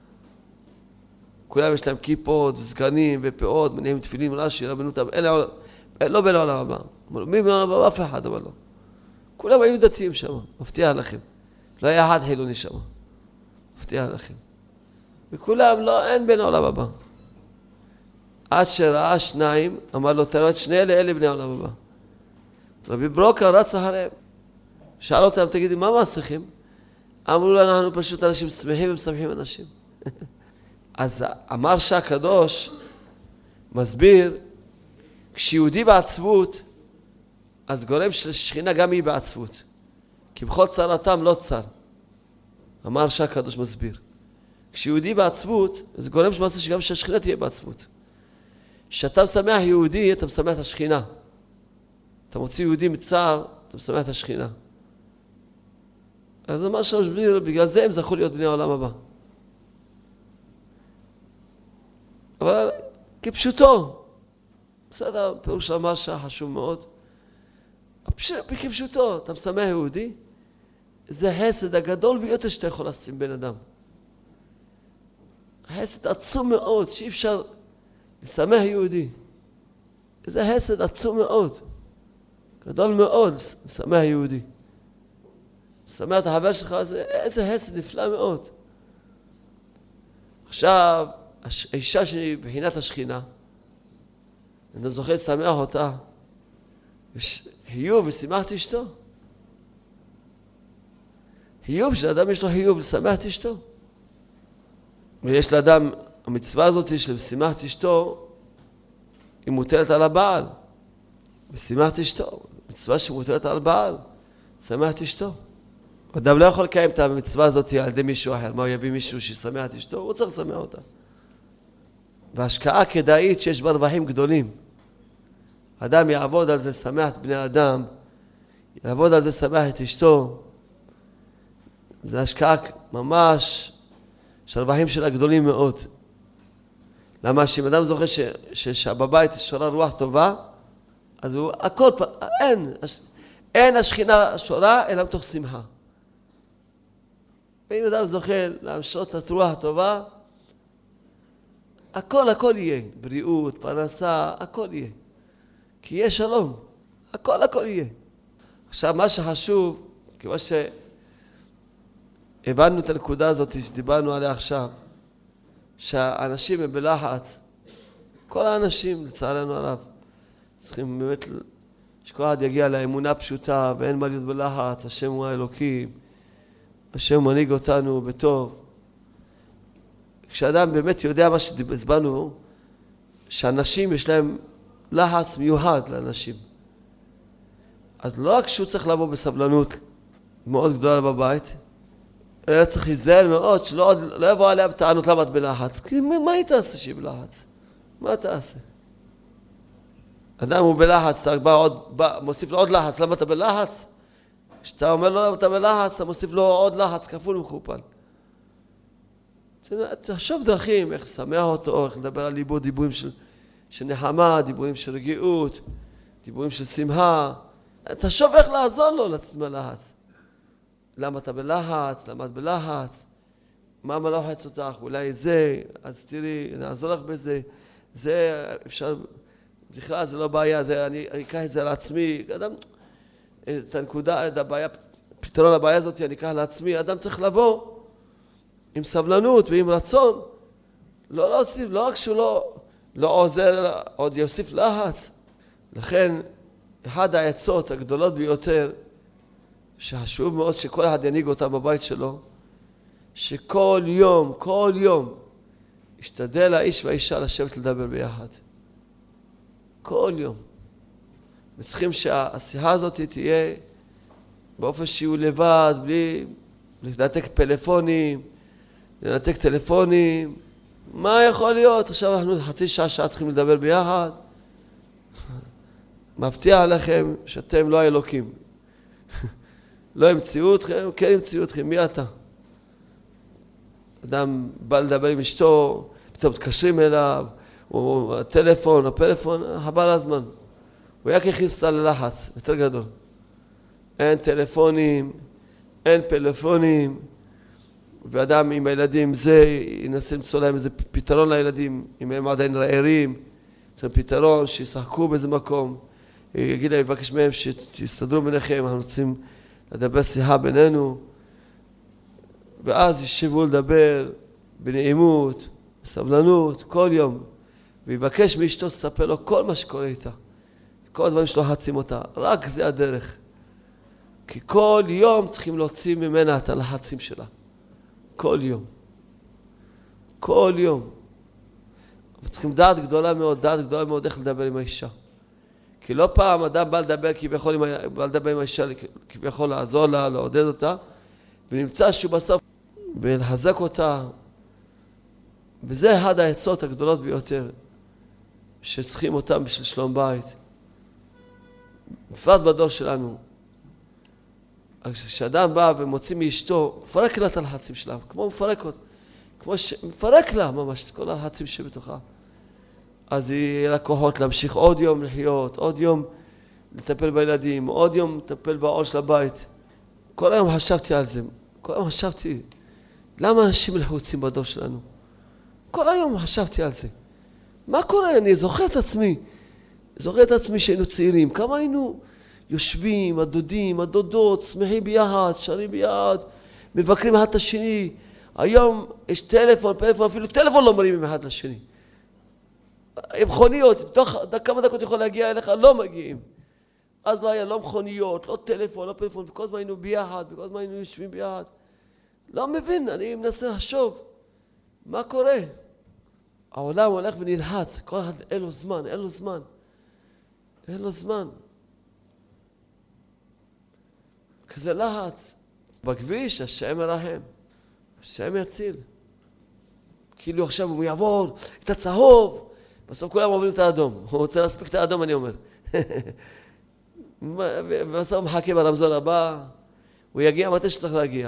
כולם יש להם כיפות, וסגנים, ופאות, מניעים תפילין, רש"י, רבנותם, אלה העולם, לא בן העולם הבא. אמר לו, מי בן העולם הבא? אף אחד, אמר לו. כולם היו דתיים שם, מבטיח לכם. לא היה אחד חילוני שם. מבטיח לכם. וכולם, לא, אין בן העולם הבא. עד שראה שניים, אמר לו, תראה את שני אלה, אלה בני העולם הבא. רבי ברוקה רץ אחריהם. שאל אותם, תגידי, מה מעשיכם? אמרו לו, אנחנו פשוט אנשים שמחים ומשמחים אנשים. אז אמר שהקדוש מסביר, כשיהודי בעצבות, אז גורם ששכינה גם היא בעצבות. כי בכל צרתם לא צר. אמר שהקדוש מסביר. כשיהודי בעצבות, זה גורם שמעשה שגם שהשכינה תהיה בעצבות. כשאתה משמח יהודי, אתה משמח את השכינה. אתה מוציא יהודי מצער, אתה משמח את השכינה. אז אמר שהמשביר, בגלל זה הם זכו להיות בני העולם הבא. אבל כפשוטו, בסדר, פירוש אמר שחשוב מאוד. כפשוטו, אתה משמח יהודי, זה החסד הגדול ביותר שאתה יכול לשים בן אדם. החסד עצום מאוד, שאי אפשר לשמח יהודי. זה חסד עצום מאוד, גדול מאוד לשמח יהודי. לשמח את החבר שלך, איזה חסד נפלא מאוד. עכשיו, האישה שהיא בחינת השכינה, אני זוכר לשמח אותה, חיוב ושימח את אשתו. חיוב, שאדם יש לו חיוב לשמח את אשתו. ויש לאדם, המצווה הזאת של שימח את אשתו, היא מוטלת על הבעל. ושימח את אשתו, מצווה שמוטלת על הבעל, שימח את אשתו. אדם לא יכול לקיים את המצווה הזאת על ידי מישהו אחר. מה, הוא יביא מישהו שישמח את אשתו? הוא צריך לשמח אותה. והשקעה כדאית שיש בה רווחים גדולים. אדם יעבוד על זה, שמח את בני אדם, יעבוד על זה, שמח את אשתו. זה השקעה ממש, שהרווחים שלה גדולים מאוד. למה שאם אדם זוכר ש, ש, שבבית שורה רוח טובה, אז הוא, הכל, אין, אין השכינה שורה אלא מתוך שמחה. ואם אדם זוכר להמשות את רוח הטובה, הכל, הכל יהיה. בריאות, פרנסה, הכל יהיה. כי יהיה שלום. הכל, הכל יהיה. עכשיו, מה שחשוב, כמו שהבנו את הנקודה הזאת שדיברנו עליה עכשיו, שהאנשים הם בלחץ, כל האנשים, לצערנו הרב, צריכים באמת שכל אחד יגיע לאמונה פשוטה, ואין מה להיות בלחץ, השם הוא האלוקים, השם מנהיג אותנו בטוב. כשאדם באמת יודע מה שהסברנו, שאנשים יש להם לחץ מיוחד לאנשים. אז לא רק שהוא צריך לבוא בסבלנות מאוד גדולה בבית, אלא צריך להיזהר מאוד שלא לא יבוא עליה בטענות למה את בלחץ. כי מה היא תעשה שהיא בלחץ? מה תעשה? אדם הוא בלחץ, אתה בא עוד, בא, מוסיף לו עוד לחץ, למה אתה בלחץ? כשאתה אומר לו למה אתה בלחץ, אתה מוסיף לו עוד לחץ, כפול ומכופל. תחשוב דרכים, איך לשמח אותו, איך לדבר על ליבו, דיבורים של, של נחמה, דיבורים של רגיעות, דיבורים של שמחה. תחשוב איך לעזור לו לצאת מהלחץ. למה אתה בלחץ? למה את בלחץ? מה מלוחץ אותך? אולי זה, אז תראי, נעזור לך בזה. זה אפשר, בכלל זה לא בעיה, זה, אני, אני אקח את זה על עצמי. אדם, את הנקודה, את הבעיה, פתרון לבעיה הזאת אני אקח לעצמי. אדם צריך לבוא עם סבלנות ועם רצון. לא להוסיף, לא רק שהוא לא, לא עוזר, אלא עוד יוסיף לחץ. לכן, אחד העצות הגדולות ביותר, שחשוב מאוד שכל אחד ינהיג אותה בבית שלו, שכל יום, כל יום, ישתדל האיש והאישה לשבת לדבר ביחד. כל יום. וצריכים שהשיחה הזאת תהיה באופן שיהיו לבד, בלי לנתק פלאפונים, לנתק טלפונים. מה יכול להיות? עכשיו אנחנו חצי שעה, שעה צריכים לדבר ביחד. מבטיח לכם שאתם לא האלוקים. לא ימצאו אתכם, כן ימצאו אתכם, מי אתה? אדם בא לדבר עם אשתו, פתאום מתקשרים אליו, או הטלפון, הפלאפון, חבל הזמן. הוא היה ככניס אותה ללחץ, יותר גדול. אין טלפונים, אין פלאפונים, ואדם עם הילדים זה, ינסה למצוא להם איזה פתרון לילדים, אם הם עדיין רעירים, זה פתרון, שישחקו באיזה מקום, יגיד להם, יבקש מהם שתסתדרו ביניכם, אנחנו רוצים לדבר שיחה בינינו, ואז ישבו לדבר בנעימות, בסבלנות, כל יום, ויבקש מאשתו לספר לו כל מה שקורה איתה, כל הדברים שלא חצים אותה, רק זה הדרך. כי כל יום צריכים להוציא ממנה את הלחצים שלה. כל יום. כל יום. צריכים דעת גדולה מאוד, דעת גדולה מאוד איך לדבר עם האישה. כי לא פעם אדם בא לדבר כביכול עם, בא לדבר עם האישה, כביכול לעזור לה, לעודד אותה, ונמצא שהוא בסוף ולחזק אותה. וזה אחד העצות הגדולות ביותר שצריכים אותם בשביל שלום בית. בפרט בדור שלנו. כשאדם בא ומוציא מאשתו, מפרק לה את הלחצים שלה, כמו מפרק אותה, כמו שמפרק לה ממש את כל הלחצים שבתוכה. אז יהיה לה כוחות להמשיך עוד יום לחיות, עוד יום לטפל בילדים, עוד יום לטפל בעול של הבית. כל היום חשבתי על זה, כל היום חשבתי, למה אנשים לחוצים בדור שלנו? כל היום חשבתי על זה. מה קורה? אני זוכר את עצמי, זוכר את עצמי שהיינו צעירים, כמה היינו יושבים, הדודים, הדודות, שמחים ביחד, שרים ביחד, מבקרים אחד את השני. היום יש טלפון, פלאפון, אפילו טלפון לא מרימים אחד לשני. עם מכוניות, תוך כמה דקות יכול להגיע אליך, לא מגיעים. אז לא היה לא מכוניות, לא טלפון, לא פלאפון, וכל הזמן היינו ביחד, וכל הזמן היינו יושבים ביחד. לא מבין, אני מנסה לחשוב, מה קורה? העולם הולך ונלחץ, כל אחד אין לו זמן, אין לו זמן. אין לו זמן. כזה לחץ. בכביש, השם מרחם. השם יציל. כאילו עכשיו הוא יעבור את הצהוב. בסוף כולם עוברים את האדום. הוא רוצה להספיק את האדום, אני אומר. ובסוף הוא מחכה ברמזור הבא. הוא יגיע מתי שצריך להגיע.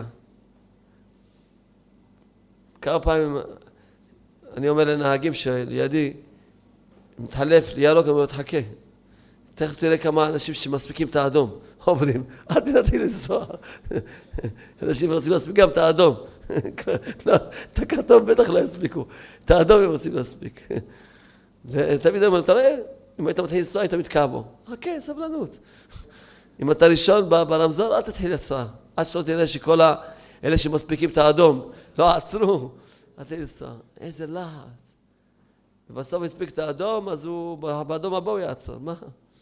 כמה פעמים אני אומר לנהגים שלידי, מתחלף לירוק, אני אומר לו, תחכה. תכף תראה כמה אנשים שמספיקים את האדום. עוברים, אל תנתחיל לנסוע. אנשים רוצים להספיק גם את האדום. את הכתום בטח לא יספיקו. את האדום הם רוצים להספיק. ותמיד אני אומר, אתה רואה, אם היית מתחיל לנסוע, היית מתקע בו. חכה, סבלנות. אם אתה ראשון ברמזור, אל תתחיל לנסוע. עד שלא תראה שכל אלה שמספיקים את האדום לא עצרו. אל תתחיל לנסוע. איזה לחץ. ובסוף הספיק את האדום, אז הוא באדום הבא הוא יעצור. מה?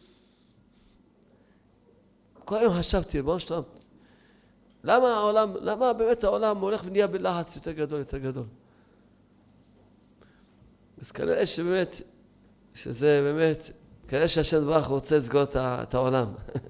כל היום חשבתי, בואו שלום, למה העולם, למה באמת העולם הולך ונהיה בלחץ יותר גדול, יותר גדול? אז כנראה שבאמת, שזה באמת, כנראה שהשם דברך רוצה לסגור את העולם.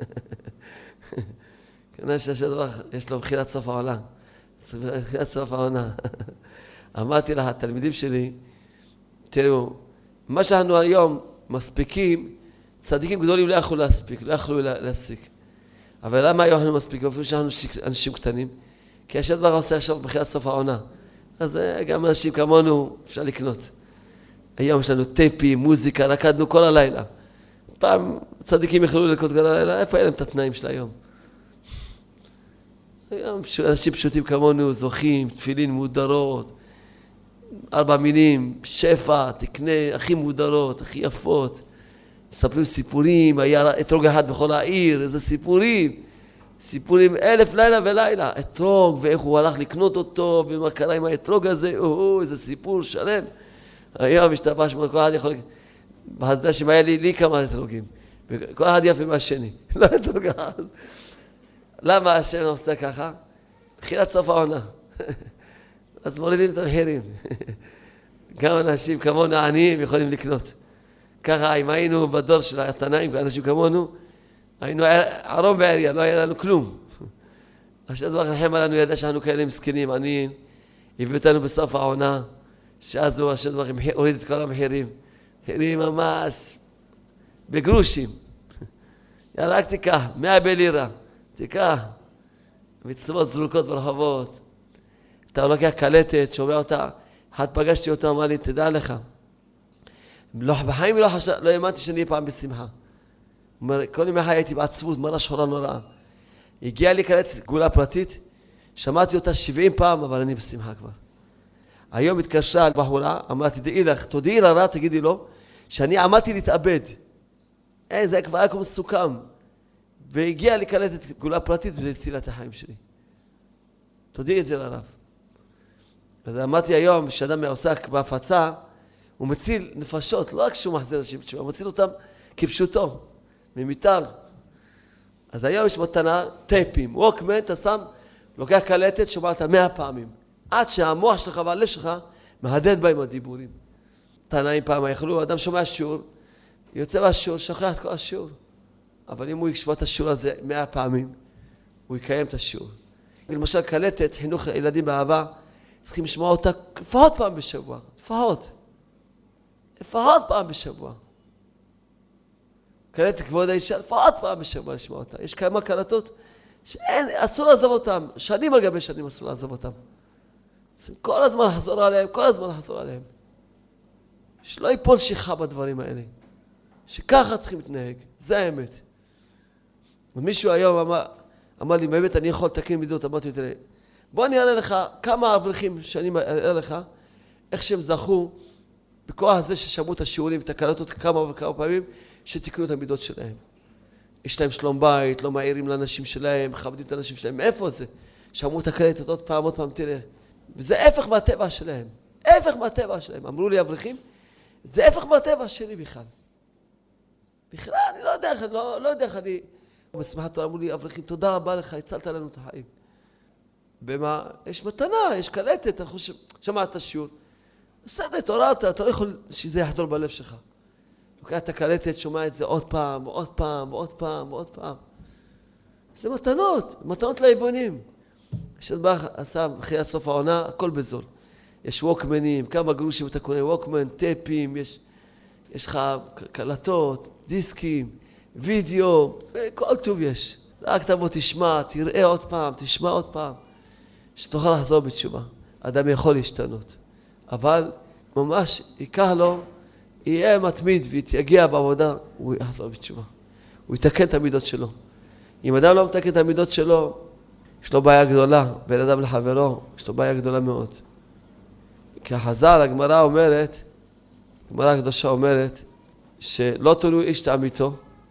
כנראה שהשם דברך יש לו בחינת סוף העולם. בחינת סוף העונה. אמרתי לה, התלמידים שלי, תראו, מה שאנחנו היום מספיקים, צדיקים גדולים לא יכלו להספיק, לא יכלו להסיק. אבל למה היום אנחנו מספיקים? אפילו שאנחנו אנשים קטנים. כי השם דבר עושה עכשיו בחיית סוף העונה. אז גם אנשים כמונו אפשר לקנות. היום יש לנו טייפים, מוזיקה, רקדנו כל הלילה. פעם צדיקים יכלו לקנות כל הלילה, איפה היה להם את התנאים של היום? היום אנשים פשוטים כמונו זוכים, תפילין מודרות, ארבע מילים, שפע, תקנה, הכי מודרות, הכי יפות. מספרים סיפורים, היה אתרוג אחד בכל העיר, איזה סיפורים. סיפורים אלף לילה ולילה. אתרוג, ואיך הוא הלך לקנות אותו, ומה קרה עם האתרוג הזה, או, איזה סיפור שלם. היום משתבש, כל אחד יכול... בהסדשים היה לי, לי כמה אתרוגים. וכל אחד יפה מהשני. לא אתרוג אחד. למה השם עושה ככה? תחילת סוף העונה. אז מורידים את המחירים. גם אנשים כמונו עניים יכולים לקנות. ככה, אם היינו בדור של התנאים, אנשים כמונו, היינו ערום ועריה, לא היה לנו כלום. השם דבר לכם עלינו, ידע שאנו כאלה מסכנים, עניים, הביא אותנו בסוף העונה, שאז הוא השם דבר הוריד את כל המחירים. מחירים ממש בגרושים. יאללה, רק תיקח, מאה בלירה, תיקח. מצוות זרוקות ברחבות. אתה לוקח קלטת, שומע אותה, אחד פגשתי אותו, אמר לי, תדע לך. בחיים לא, חשב, לא האמנתי שאני אהיה פעם בשמחה. אומר, כל ימי חיי הייתי בעצבות, מראה שחורה נוראה. הגיעה לי קלטת גאולה פרטית, שמעתי אותה שבעים פעם, אבל אני בשמחה כבר. היום התקשרה בחורה, אמרה, תדעי לך, תודיעי לרע, תגידי לו, שאני עמדתי להתאבד. אין, זה כבר היה כמו מסוכם. והגיעה לי קלטת גאולה פרטית, וזה הצילה את החיים שלי. תודיעי את זה לרב. אז אמרתי היום, כשאדם עוסק בהפצה, הוא מציל נפשות, לא רק שהוא מחזיר אנשים בתשובה, הוא מציל אותם כפשוטו, ממיתר. אז היום יש מתנה, טייפים, ווקמן, אתה שם, לוקח קלטת, שומע אותה מאה פעמים. עד שהמוח שלך והלב שלך מהדהד בהם הדיבורים. תנאים פעם יכלו, אדם שומע שיעור, יוצא מהשיעור, שוכח את כל השיעור. אבל אם הוא ישמע את השיעור הזה מאה פעמים, הוא יקיים את השיעור. למשל, קלטת, חינוך ילדים באהבה, צריכים לשמוע אותה לפחות פעם בשבוע. לפחות. לפחות פעם בשבוע. קלטת כבוד האישה, לפחות פעם בשבוע לשמוע אותה. יש כמה קלטות שאין, אסור לעזוב אותם. שנים על גבי שנים אסור לעזוב אותם. כל הזמן לחזור עליהם, כל הזמן לחזור עליהם. שלא ייפול שיחה בדברים האלה. שככה צריכים להתנהג. זה האמת. ומישהו היום אמר, אמר לי, באמת אני יכול לתקן מידות, אמרתי יותר, בוא אני אראה לך כמה אברכים שאני אראה לך, איך שהם זכו בכוח הזה ששמעו את השיעורים ואת הקלטות כמה וכמה פעמים, שתקנו את המידות שלהם. יש להם שלום בית, לא מעירים לאנשים שלהם, מכבדים את האנשים שלהם. מאיפה זה? שמעו את הקלטות עוד פעם, עוד פעם, תראה. וזה הפך מהטבע שלהם. הפך מהטבע שלהם. אמרו לי אברכים, זה הפך מהטבע שלי בכלל. בכלל, אני לא יודע איך, לא, לא יודע איך אני... בשמחת תורה אמרו לי, אברכים, תודה רבה לך, הצלת לנו את החיים. במה? יש מתנה, יש קלטת, אני חושב, שמעת את השיעור. בסדר, תוררת, אתה לא יכול שזה יחדור בלב שלך. לוקח את הקלטת, שומע את זה עוד פעם, עוד פעם, עוד פעם, עוד פעם. זה מתנות, מתנות ליבונים. כשאתה עשה אחרי הסוף העונה, הכל בזול. יש ווקמנים, כמה גרושים אתה קונה, ווקמן, טייפים, יש, יש לך קלטות, דיסקים, וידאו, כל טוב יש. רק תבוא תשמע, תראה עוד פעם, תשמע עוד פעם. שתוכל לחזור בתשובה. אדם יכול להשתנות. אבל ממש ייקח לו, יהיה מתמיד ויתייגע בעבודה, הוא יחזור בתשובה. הוא יתקן את המידות שלו. אם אדם לא מתקן את המידות שלו, יש לו בעיה גדולה, בין אדם לחברו, יש לו בעיה גדולה מאוד. כי החז"ל, הגמרא אומרת, הגמרא הקדושה אומרת, שלא תונו איש תעמיתו.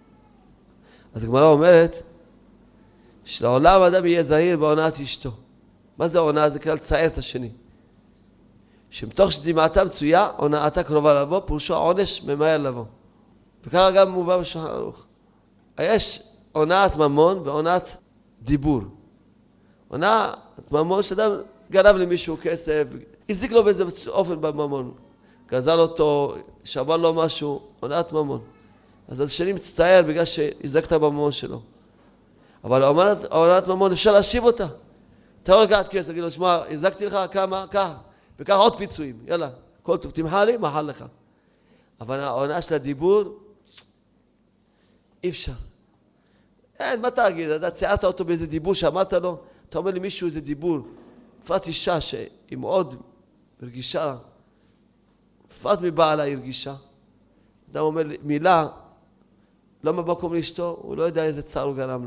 אז הגמרא אומרת, שלעולם האדם יהיה זהיר בהונאת אשתו. מה זה הונאה? זה כלל לצייר את השני. שמתוך שדמעתה מצויה, הונאתה קרובה לבוא, פירושו עונש ממהר לבוא. וככה גם מובא בשולחן ערוך. יש הונאת ממון והונאת דיבור. הונאת ממון שאדם גנב למישהו כסף, הזיק לו באיזה אופן בממון. גזל אותו, שבר לו משהו, הונאת ממון. אז השני מצטער בגלל שהזקת בממון שלו. אבל הונאת ממון אפשר להשיב אותה. אתה יכול לקחת כסף, תגיד לו, שמע, הזקתי לך כמה, ככה. וכך עוד פיצויים, יאללה, כל טוב, תמחה לי, מחל לך. אבל ההונאה של הדיבור, אי אפשר. אין, מה תגיד? אתה ציירת אותו באיזה דיבור שאמרת לו, אתה אומר למישהו איזה דיבור, בפרט אישה שהיא מאוד הרגישה, בפרט מבעלה היא הרגישה. אדם אומר מילה, לא במקום לאשתו, הוא לא יודע איזה צער הוא גרם לה.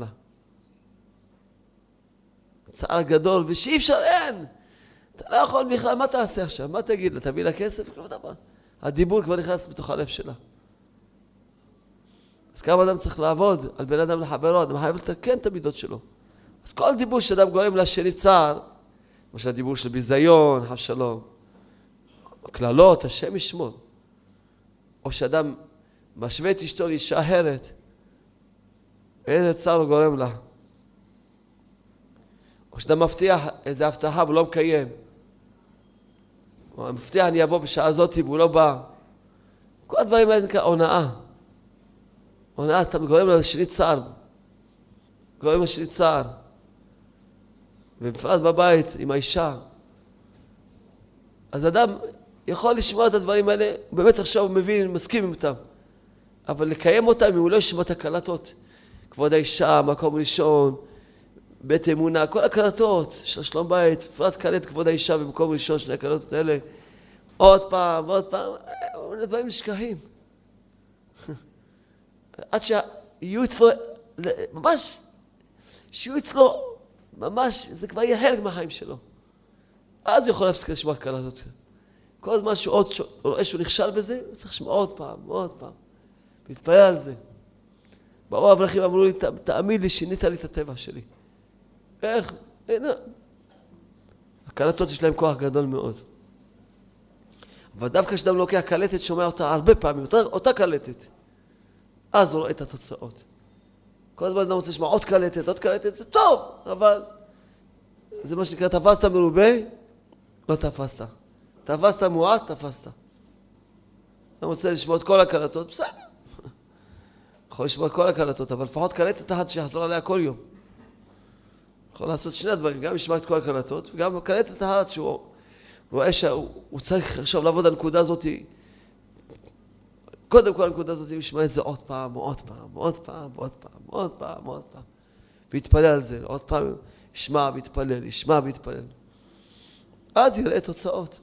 צער גדול, ושאי אפשר, אין. אתה לא יכול בכלל, מה תעשה עכשיו? מה תגיד לה? תביא לה כסף? לא דבר. הדיבור כבר נכנס בתוך הלב שלה. אז כמה אדם צריך לעבוד על בן אדם לחברו, אדם חייב לתקן את המידות שלו. אז כל דיבור שאדם גורם לשני צער, למשל דיבור של ביזיון, חס שלום, כללות, השם ישמור. או שאדם משווה את אשתו לאישה אחרת, איזה צער הוא גורם לה. או שאדם מבטיח איזו הבטחה והוא לא מקיים. הוא מבטיח אני אבוא בשעה הזאת והוא לא בא. כל הדברים האלה נקרא הונאה. הונאה, אתה גורם לשני צער. גורם לשני צער. ובפרט בבית עם האישה. אז אדם יכול לשמוע את הדברים האלה, באמת עכשיו הוא מבין, מסכים עם אותם. אבל לקיים אותם אם הוא לא ישמע את הקלטות. כבוד האישה, מקום ראשון, בית אמונה, כל הקלטות של שלום בית, בפרט קלט כבוד האישה במקום ראשון, שני הקלטות האלה. עוד פעם, עוד פעם, דברים נשכחים. עד יהיו אצלו, ממש, שיהיו אצלו, ממש, זה כבר יהיה חלק מהחיים שלו. אז הוא יכול להפסיק לשמוע קלטות. כל הזמן שהוא עוד רואה שהוא נכשל בזה, הוא צריך לשמוע עוד פעם, עוד פעם. להתפלל על זה. באו האברכים אמרו לי, תאמין לי, שינית לי את הטבע שלי. איך? הנה. הקלטות יש להם כוח גדול מאוד. אבל דווקא כשאדם לוקח קלטת, שומע אותה הרבה פעמים, אותה, אותה קלטת. אז הוא רואה את התוצאות. כל הזמן אדם רוצה לשמוע עוד קלטת, עוד קלטת, זה טוב, אבל זה מה שנקרא, תפסת מרובה, לא תפסת. תפסת מועט, תפסת. אדם רוצה לשמוע את כל הקלטות, בסדר. יכול לשמוע את כל הקלטות, אבל לפחות קלטת אחת שיחזור עליה כל יום. יכול לעשות שני הדברים, גם לשמוע את כל הקלטות, וגם קלטת אחת שהוא רואה שהוא צריך עכשיו לעבוד על הנקודה הזאת, קודם כל הנקודה הזאת, הוא ישמע את זה עוד פעם, עוד פעם, עוד פעם, עוד פעם, עוד פעם, עוד פעם. ויתפלל על זה, עוד פעם, ישמע ויתפלל, ישמע ויתפלל. אז יראה תוצאות.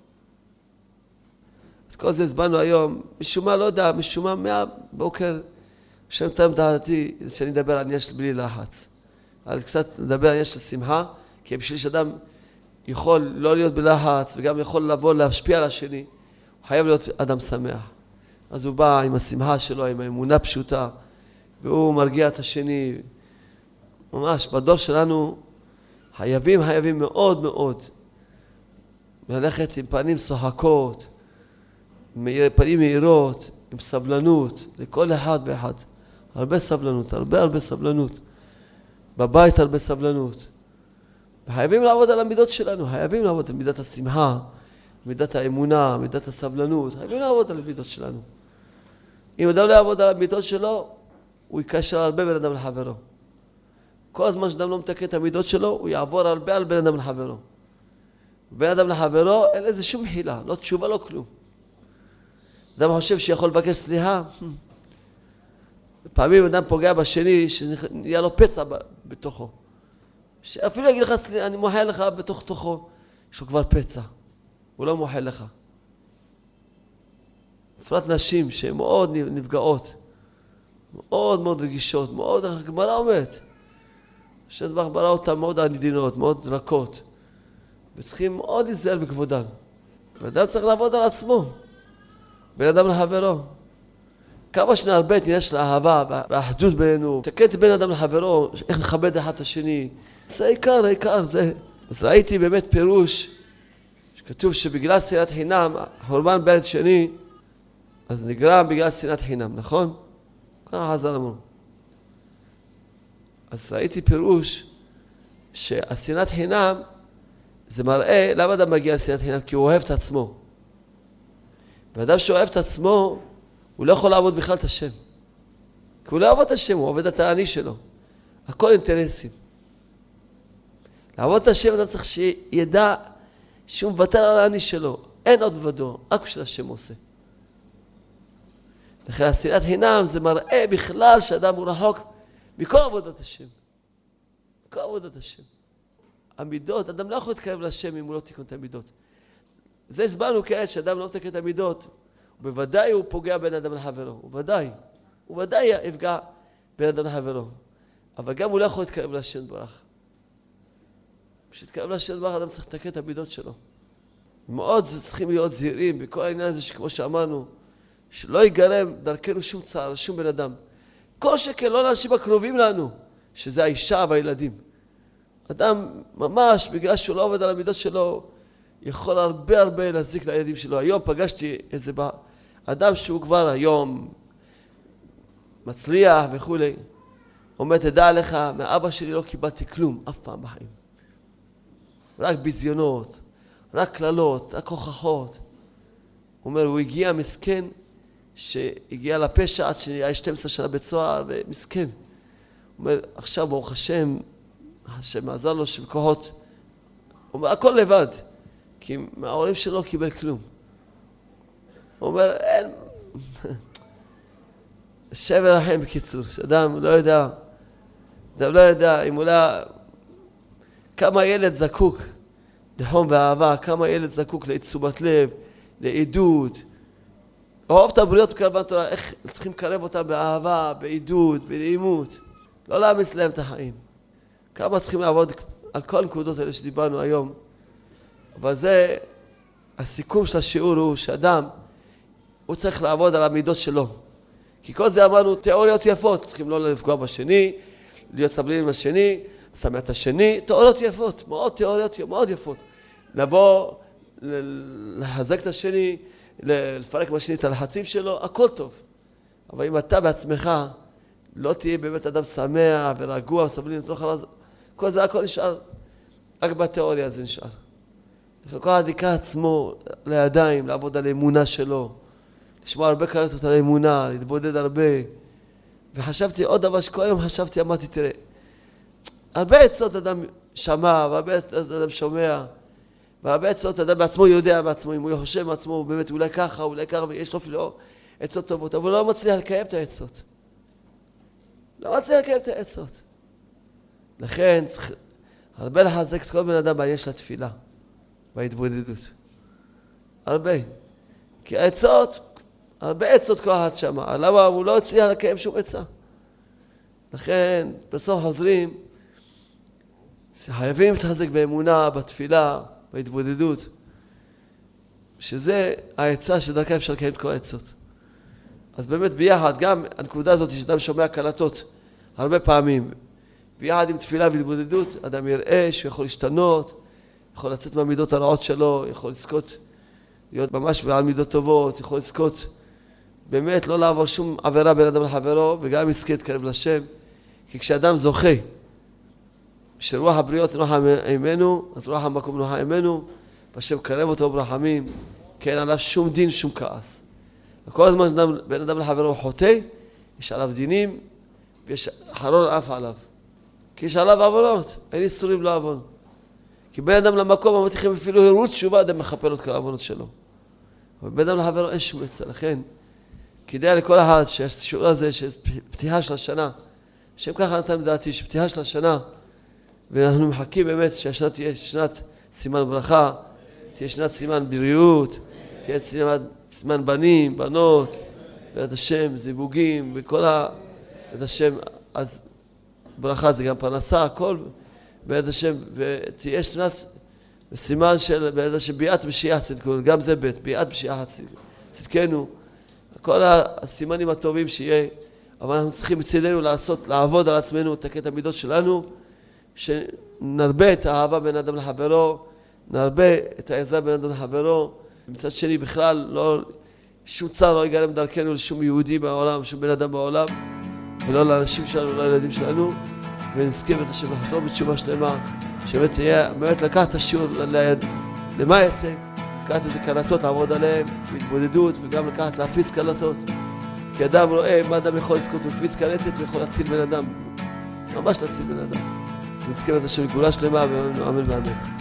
אז כל זה הסברנו היום, משום מה, לא יודע, משום מה, מהבוקר, שם תאם דעתי, שאני אדבר על עניין של בלי לחץ. על קצת לדבר על עניין של שמחה, כי בשביל שאדם יכול לא להיות בלחץ, וגם יכול לבוא להשפיע על השני, הוא חייב להיות אדם שמח. אז הוא בא עם השמחה שלו, עם האמונה פשוטה, והוא מרגיע את השני. ממש, בדור שלנו, חייבים, חייבים מאוד מאוד, ללכת עם פנים שוחקות, פנים מהירות, עם סבלנות, לכל אחד ואחד. הרבה סבלנות, הרבה הרבה סבלנות. בבית הרבה סבלנות. וחייבים לעבוד על המידות שלנו, חייבים לעבוד על מידת השמחה, מידת האמונה, מידת הסבלנות, חייבים לעבוד על המידות שלנו. אם אדם לא יעבוד על המידות שלו, הוא יקשר הרבה בן אדם לחברו. כל הזמן שאדם לא מתקן את המידות שלו, הוא יעבור הרבה על בן אדם לחברו. בן אדם לחברו, אין לזה שום מחילה, לא תשובה, לא כלום. אדם חושב שיכול לבקש סליחה. פעמים אדם פוגע בשני, שנהיה לו פצע בתוכו. שאפילו יגיד לך סליחה, אני מוחל לך בתוך תוכו, יש לו כבר פצע. הוא לא מוחל לך. בפרט נשים שהן מאוד נפגעות, מאוד מאוד רגישות, מאוד, הגמרא אומרת, שהדבר ברא אותן מאוד עדינות, מאוד רכות, וצריכים מאוד להיזהר בכבודן. ואדם צריך לעבוד על עצמו, בין אדם לחברו. כמה שנרבה את עניין של האהבה והאחדות בינינו, תקן את בין אדם לחברו, איך נכבד אחד את השני, זה העיקר, העיקר, זה. אז ראיתי באמת פירוש, שכתוב שבגלל שנאת חינם, חורבן בית שני, אז נגרם בגלל שנאת חינם, נכון? ככה חז"ל אמרו. אז ראיתי פירוש שהשנאת חינם זה מראה למה אדם מגיע לשנאת חינם, כי הוא אוהב את עצמו. ואדם שאוהב את עצמו, הוא לא יכול לעבוד בכלל את השם. כי הוא לא עובד את השם, הוא עובד את העני שלו. הכל אינטרסים. לעבוד את השם, אדם צריך שידע שהוא מוותר על העני שלו. אין עוד ודו, רק בשביל השם עושה. לכן השנאת חינם זה מראה בכלל שאדם הוא רחוק מכל עבודת השם. מכל עבודת השם. המידות, אדם לא יכול להתקרב לשם אם הוא לא תיקון את המידות. זה הסברנו כעת שאדם לא מתקן את המידות, ובוודאי הוא פוגע בין אדם לחברו, הוא ודאי, הוא ודאי יפגע בין אדם לחברו. אבל גם הוא לא יכול להתקרב לשם ברך. בשביל להתקרב לשם ברך, אדם צריך לתקן את המידות שלו. מאוד צריכים להיות זהירים בכל העניין הזה שכמו שאמרנו, שלא ייגרם דרכנו שום צער, שום בן אדם. כל שכן לא לאנשים הקרובים לנו, שזה האישה והילדים. אדם ממש, בגלל שהוא לא עובד על המידות שלו, יכול הרבה הרבה להזיק לילדים שלו. היום פגשתי איזה אדם שהוא כבר היום מצליח וכו'. אומר, תדע לך, מאבא שלי לא קיבלתי כלום, אף פעם בחיים. רק בזיונות, רק כללות, רק הוכחות. הוא אומר, הוא הגיע מסכן, שהגיע לפשע עד שהיה שתים עשרה שנה בצוהר, ומסכן. הוא אומר, עכשיו ברוך השם, השם עזר לו שבכוחות, הוא אומר, הכל לבד. כי מההורים שלו קיבל כלום. הוא אומר, אין... שבר החיים בקיצור, שאדם לא יודע, אדם לא יודע אם אולי... כמה ילד זקוק לחום ואהבה, כמה ילד זקוק לתשומת לב, לעידוד. אוהב את הבריות בקרבן תורה, איך צריכים לקרב אותם באהבה, בעידוד, בנעימות. לא להעמיס להם את החיים. כמה צריכים לעבוד על כל הנקודות האלה שדיברנו היום. אבל זה, הסיכום של השיעור הוא שאדם, הוא צריך לעבוד על המידות שלו. כי כל זה אמרנו תיאוריות יפות, צריכים לא לפגוע בשני, להיות סבלנים עם השני, לשמח את השני, תיאוריות יפות, מאוד תיאוריות מאוד יפות. לבוא, לחזק את השני, לפרק בשני את הלחצים שלו, הכל טוב. אבל אם אתה בעצמך לא תהיה באמת אדם שמח ורגוע וסבלני, כל זה הכל נשאר, רק בתיאוריה זה נשאר. כל הדיקה עצמו לידיים, לעבוד על האמונה שלו, לשמוע הרבה קלטות על האמונה, להתבודד הרבה. וחשבתי עוד דבר שכל היום חשבתי, אמרתי, תראה, הרבה עצות אדם שמע, והרבה עצות אדם שומע, והרבה עצות אדם בעצמו יודע בעצמו, אם הוא חושב בעצמו, הוא באמת אולי ככה, אולי ככה, ויש לו אפילו עצות טובות, אבל הוא לא מצליח לקיים את העצות. לא מצליח לקיים את העצות. לכן צריך הרבה לחזק את כל בן אדם בעניין של התפילה, בהתבודדות. הרבה. כי העצות, הרבה עצות כל אחד שמע, למה הוא לא הצליח לקיים שום עצה. לכן, בסוף חוזרים, חייבים להתחזק באמונה, בתפילה, בהתבודדות, שזה העצה שדרכה אפשר לקיים את כל העצות. אז באמת ביחד, גם הנקודה הזאת שאדם שומע קלטות הרבה פעמים, ביחד עם תפילה והתבודדות, אדם יראה שהוא יכול להשתנות, יכול לצאת מהמידות הרעות שלו, יכול לזכות להיות ממש בעל מידות טובות, יכול לזכות באמת לא לעבור שום עבירה בין אדם לחברו, וגם יזכה להתקרב לשם. כי כשאדם זוכה, שרוח הבריות נוחה עמנו, אז רוח המקום נוחה עמנו, והשם קרב אותו ברחמים, כי אין עליו שום דין, שום כעס. וכל הזמן שאדם, בין אדם לחברו חוטא, יש עליו דינים, ויש חרון אף עליו. כי יש עליו עוונות, אין איסורים לא עוון. כי בין אדם למקום, אמרתי לכם אפילו הרות תשובה, אדם מכפל את כל העוונות שלו. אבל בין אדם לחברו אין שום עצה. לכן, כדאי לכל אחד שהשיעור הזה, שפתיחה של השנה, שם ככה נתן לדעתי, שפתיחה של השנה, ואנחנו מחכים באמת שהשנה תהיה שנת סימן ברכה, תהיה שנת סימן בריאות, תהיה סימן, סימן בנים, בנות, בעד השם, זיווגים, וכל ה... בעד השם, אז ברכה זה גם פרנסה, הכל בעד השם, ותהיה שנת סימן של בעד השם, ביאת משיח צדקנו, גם זה בית, ביאת משיח צדקנו, כל הסימנים הטובים שיהיה, אבל אנחנו צריכים מצדנו לעשות, לעבוד על עצמנו, לתקן את המידות שלנו, שנרבה את האהבה בין אדם לחברו, נרבה את העזרה בין אדם לחברו, ומצד שני בכלל לא, שום צער לא יגרם דרכנו לשום יהודי בעולם, שום בן אדם בעולם, ולא לאנשים שלנו, לא לילדים שלנו, ונזכיר את השם לחזור בתשובה שלמה, שבאמת תהיה, באמת לקחת את השיעור ליד, למה יעשה, לקחת איזה קלטות, לעבוד עליהם, בהתבודדות, וגם לקחת להפיץ קלטות, כי אדם רואה מה אדם יכול לזכות להפיץ קלטת, ויכול להציל בן אדם, ממש להציל בן אדם. נזכיר את השם לגאולה שלמה, ואמן ואמן.